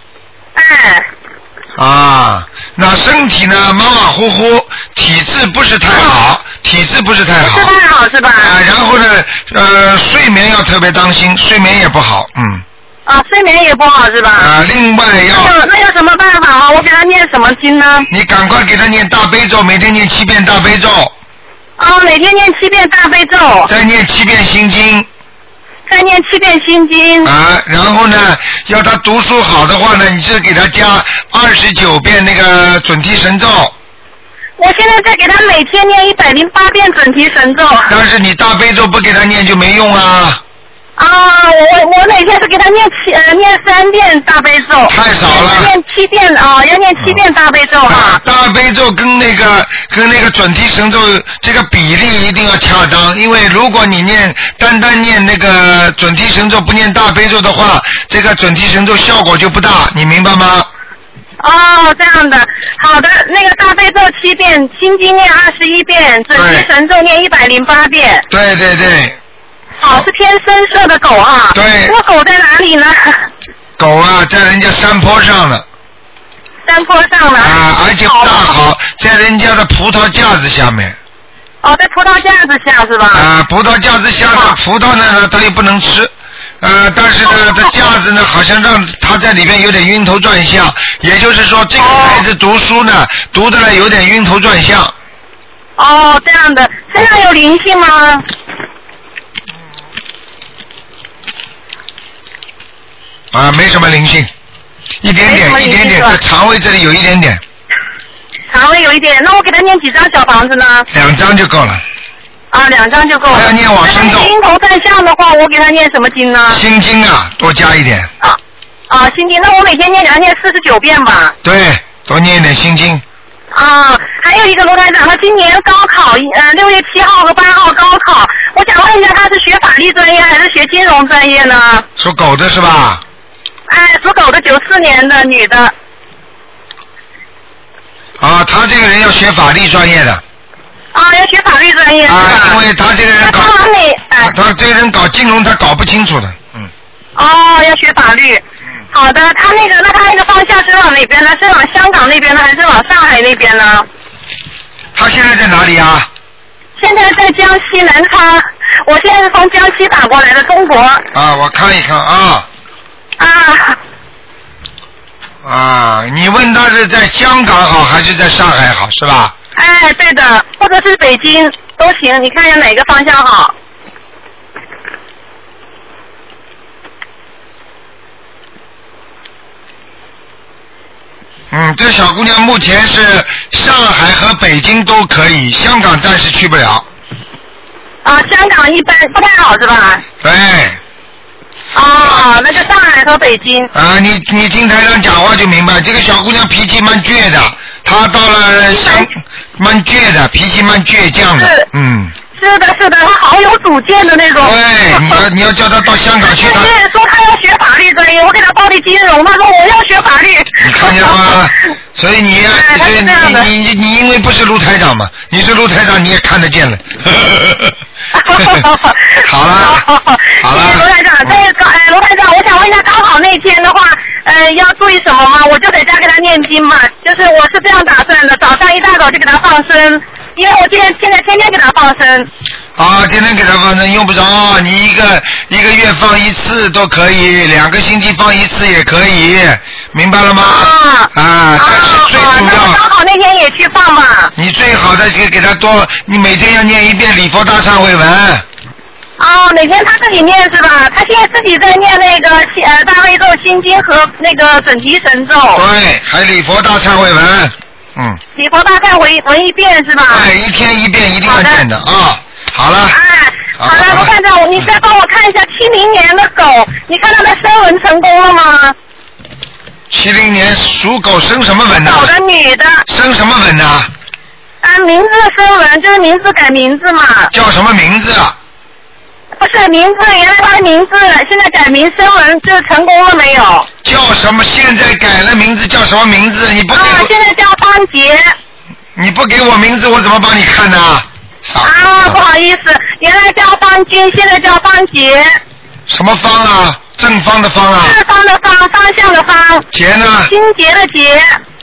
那身体呢马马虎虎，体质不是太好， 不是太好是吧？ 然后呢，睡眠要特别当心，睡眠也不好， 睡眠也不好是吧？ 另外那有什么办法吗？我给他念什么经呢？ 你赶快给他念大悲咒，每天念7遍大悲咒。 每天念7遍大悲咒。 再念7遍心经。 再念7遍心经。 然后呢，要他读书好的话呢，你就给他加29遍那个准提神咒。 我现在在给他每天念108遍准提神咒。 但是你大悲咒不给他念就没用啊。 我每天是给他念3遍大悲咒。 太少了。 念7遍要念7遍大悲咒哈。 大悲咒跟那个准提神咒这个比例一定要恰当，因为如果你单念那个准提神咒不念大悲咒的话，这个准提神咒效果就不大，你明白吗？ 这样的，好的，那个大悲咒7遍，心经念21遍，准提神咒念108遍。 对。 是偏深色的狗啊。 对。 这个狗在哪里呢？ 狗在人家山坡上的。 山坡上的。 而且不大好，在人家的葡萄架子下面。 在葡萄架子下是吧？ 葡萄架子下的葡萄呢，它又不能吃。但是呢，这架子呢，好像让他在里面有点晕头转向，也就是说，这个孩子读书呢，读的呢有点晕头转向。 这样的，身上有灵性吗？ 没什么灵性，一点点，在肠胃这里有一点点。 肠胃有一点，那我给他念几张小房子呢 ？2张就够了。 2张就够了。 还要念往生咒。 晕头转向的话，我给他念什么经呢？ 心经多加一点。 心经，那我每天念49遍吧。 对，多念一点心经。 还有一个卢台长，他今年高考6月7号和8号高考，我想问一下，他是学法律专业还是学金融专业呢？ 属狗的是吧？ 属狗的94年的女的。 他这个人要学法律专业的。 要学法律专业是吧？ 因为他这个人他这个人搞金融他搞不清楚的。 要学法律。好的，他那个方向是往哪边呢？是往香港那边呢，还是往上海那边呢？ 他现在在哪里啊？ 现在在江西南昌，我现在是从江西打过来的中国。 我看一看你问他是在香港好还是在上海好是吧？ 对的，或者是北京都行，你看一下哪个方向好。 这小姑娘目前是上海和北京都可以，香港暂时去不了。 香港一般不太好是吧？ 对。 那就上海和北京。 你听台长讲话就明白，这个小姑娘脾气蛮倔的，她到了蛮倔的，脾气蛮倔强的。 是的，她好有主见的那种。 对，你要叫她到香港去。 有些人说她要学法律专业，我给她报的金融，她说我要学法律。 你看见吗？所以你因为不是卢台长嘛，你是卢台长你也看得见了。好了。 谢谢卢台长，卢台长，我想问一下，刚好那天的话，要注意什么吗？我就在家给他念经嘛，就是我是这样打算的，早上一大早就给他放生，因为我现在天天给他放生。 天天给他放生用不着，你一个月放一次都可以2个星期放一次也可以，明白了吗？但是最主要刚好那天也去放嘛。 你最好的是给他多，你每天要念1遍礼佛大忏悔文。 每天他自己念是吧？他现在自己在念那个大悲咒心经和那个准提神咒。 对，还礼佛大忏悔文。 礼佛大忏悔文1遍是吧？ 一天1遍一定要念的啊。好了。 好的，卢台长，你再帮我看一下70年的狗，你看它的声纹成功了吗 ？70年属狗生什么纹呢？ 狗的女的。 生什么纹呢？ 名字声纹，就是名字改名字嘛。 叫什么名字？ 不是名字，原来他的名字现在改名声纹，这成功了没有？ 叫什么？现在改了名字，叫什么名字？你不给我现在叫方杰。 你不给我名字，我怎么帮你看呢？ 不好意思，原来叫方军，现在叫方杰。 什么方啊？正方的方啊？ 正方的方，方向的方。 杰呢？ 清洁的洁。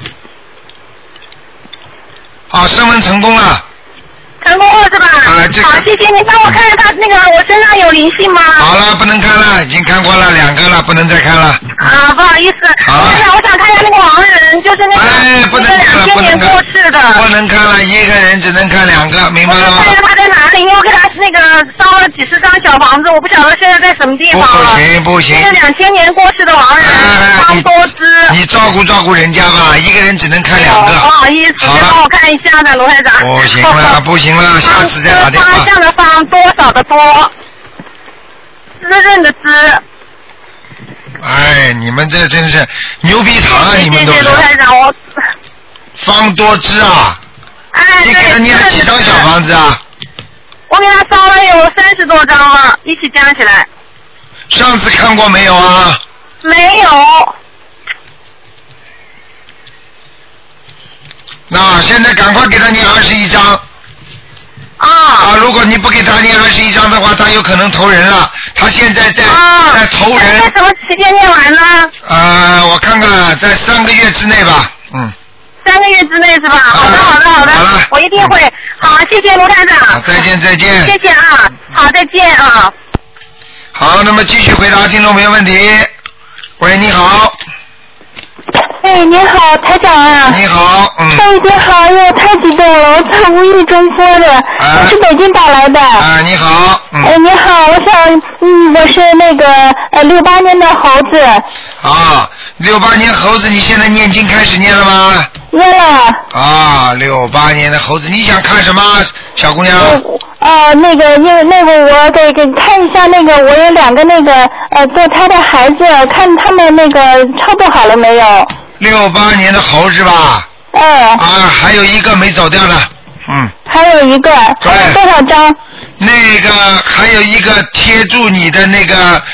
声纹成功了。 成功了是吧？好，谢谢你帮我看看他那个我身上有灵性吗？ 好了，不能看了，已经看过了2个了，不能再看了。 不好意思。好。我想看一下那个亡人，就是那个不能看了 2000年过世的。 不能看了，一个人只能看2个，明白了吗？ 我看看他在哪里，因为我给他那个烧了几十张小房子，我不晓得现在在什么地方了。 不行。 那个2000年过世的亡人，方多姿。 你照顾人家吧，一个人只能看2个。 不好意思，再帮我看一下的卢台长。 不行了，下次再打电话。 方向的方，多少的多，滋润的滋。 你们这真是牛逼糖啊！你们都是。 谢谢卢台长，我。 方多姿啊！你给他念了几张小房子啊？ 我给他烧了有30多张了，一起加起来。 上次看过没有啊？ 没有。 那现在赶快给他念21张。如果你不给他念21张的话，他有可能投人了。他现在在投人。 在什么时间念完呢？ 我看看，在3个月之内吧。 3个月之内是吧？好的。我一定会。好，谢谢卢台长。 再见。 谢谢啊，好，再见啊。 好，那么继续回答听众朋友问题。喂，你好。 你好，台长啊！ 你好， 你好，太激动了，我才无意中说的，我是北京打来的。 你好， 你好，我是那个68年的猴子。 68年猴子，你现在念经开始念了吗？ 念了。 68年的猴子，你想看什么，小姑娘？ 那个我给看一下那个，我有2个那个堕胎的孩子，看他们那个超度好了没有 ？68年的猴是吧？还有1个没走掉的。 还有1个。 对。 多少张？ 那个还有1个贴住你的那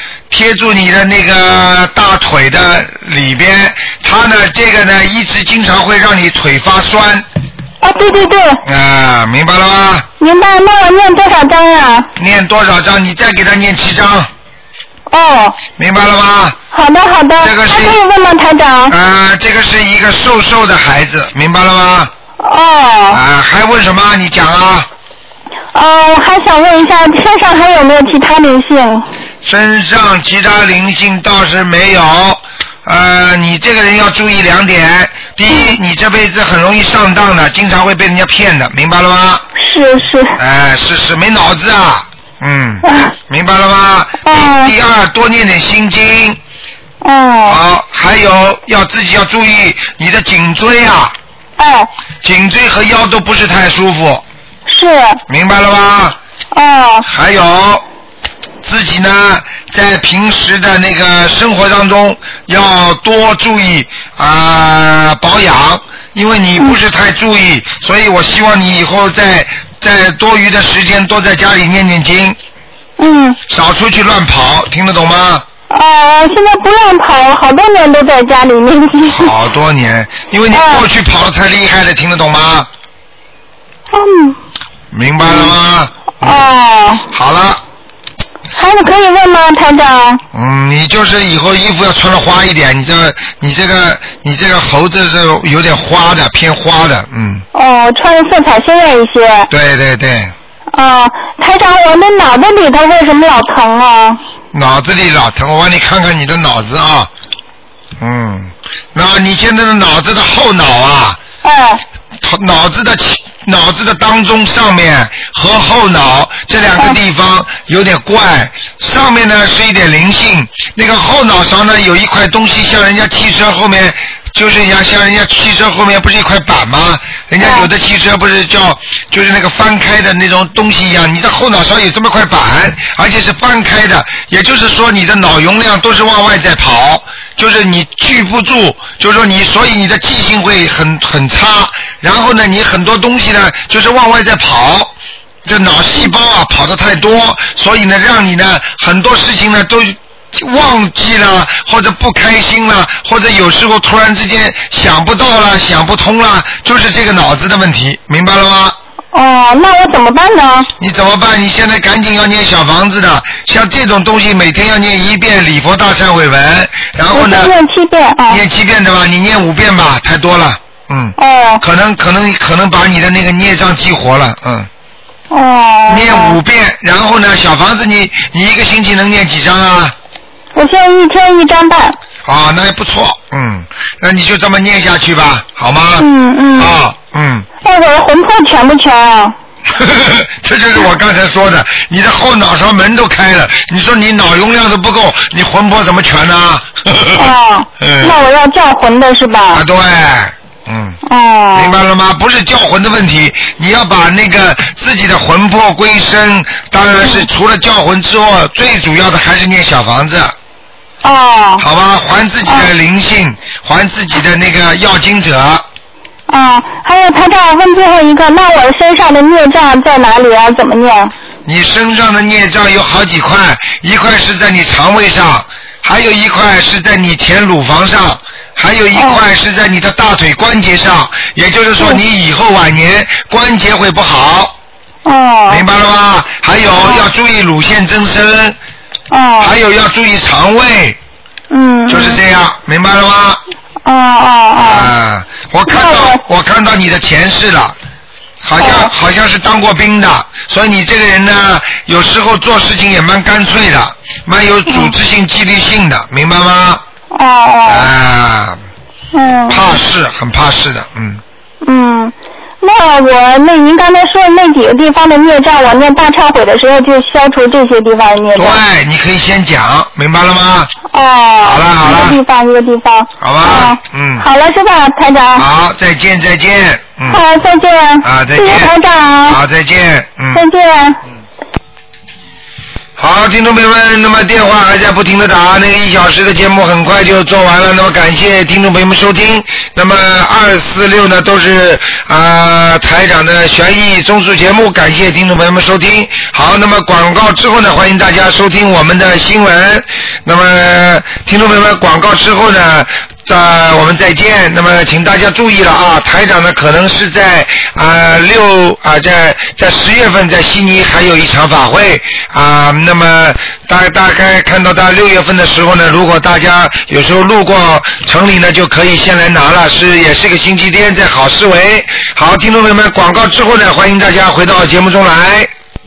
个大腿的里边，它呢这个呢一直经常会让你腿发酸。 对。 明白了吗？ 明白，那我念多少张啊？ 念多少张？你再给他念7张。明白了吗？ 好的。 这个是。 还可以问吗，台长？ 这个是一个瘦的孩子，明白了吗？还问什么？你讲啊。 我还想问一下，身上还有没有其他灵性？ 身上其他灵性倒是没有。你这个人要注意2点。第一，你这辈子很容易上当的，经常会被人家骗的，明白了吗？ 是。 是没脑子啊。明白了吗？第二，多念点心经。 哦。 好，还有自己要注意你的颈椎啊。颈椎和腰都不是太舒服。 是。 明白了吗？还有自己呢，在平时的那个生活当中要多注意保养，因为你不是太注意，所以我希望你以后在多余的时间多在家里念念经。少出去乱跑，听得懂吗？ 现在不乱跑，好多年都在家里念经。 好多年，因为你过去跑得太厉害了，听得懂吗？明白了吗？好了。 还有可以问吗，台长？ 你就是以后衣服要穿的花一点，你这个猴子是有点花的，偏花的， 穿的色彩鲜艳一些。 对对对。 台长，我的脑子里头为什么老疼啊？ 脑子里老疼，我帮你看看你的脑子啊。那你现在的脑子的后脑啊，脑子的当中上面和后脑这两个地方有点怪，上面呢是一点灵性，那个后脑勺呢有一块东西像人家汽车后面，就是像人家汽车后面不是一块板吗？人家有的汽车不是就是那个翻开的那种东西一样，你的后脑勺有这么块板，而且是翻开的，也就是说你的脑容量都是往外在跑，就是你聚不住，就是说所以你的记性会很差，然后呢你很多东西呢就是往外在跑，这脑细胞啊跑得太多，所以呢让你呢很多事情呢都忘记了，或者不开心了，或者有时候突然之间想不到了，想不通了，就是这个脑子的问题，明白了吗？ 那我怎么办呢？ 你怎么办？你现在赶紧要念小房子的，像这种东西每天要念1遍礼佛大忏悔文，然后呢念7遍念7遍的吧，你念5遍吧，太多了，可能把你的那个孽障激活了，念5遍，然后呢小房子你一个星期能念几张啊？ 我现在1天1张半。 那还不错，那你就这么念下去吧，好吗？ 我的魂魄全不全啊？ 这就是我刚才说的，你的后脑勺门都开了，你说你脑容量都不够，你魂魄怎么全呢？ 那我要叫魂的是吧？ 对。明白了吗？不是叫魂的问题，你要把那个自己的魂魄归身，当然是除了叫魂之后，最主要的还是念小房子。好吧，还自己的灵性，还自己的那个要经者。 还有台长，问最后一个，那我身上的孽障在哪里啊？怎么念？ 你身上的孽障有好几块，一块是在你肠胃上，还有一块是在你前乳房上，还有一块是在你的大腿关节上，也就是说你以后晚年关节会不好。明白了吗？还有要注意乳腺增生。还有要注意肠胃。就是这样，明白了吗？我看到你的前世了，好像是当过兵的，所以你这个人呢，有时候做事情也蛮干脆的，蛮有组织性、纪律性的，明白吗？怕事，很怕事的， 那您刚才说的那几个地方的孽障，我念大忏悔的时候就消除这些地方的孽障。 对，你可以先讲，明白了吗？ 好了，一个地方， 好吧， 好了是吧，台长？ 好，再见。 好，再见。 再见。 谢谢台长。 好，再见。 再见。 好，听众朋友们，那么电话还在不停的打，那个1小时的节目很快就做完了，那么感谢听众朋友们收听。那么246呢都是台长的悬疑综述节目，感谢听众朋友们收听。好，那么广告之后呢，欢迎大家收听我们的新闻。那么听众朋友们，广告之后呢，我们再见。那么请大家注意了啊，台长呢可能是在在10月份在悉尼还有一场法会那么大概看到到6月份的时候呢，如果大家有时候路过城里呢，就可以先来拿了，也是个星期天，在好思维。好，听众朋友们，广告之后呢，欢迎大家回到节目中来。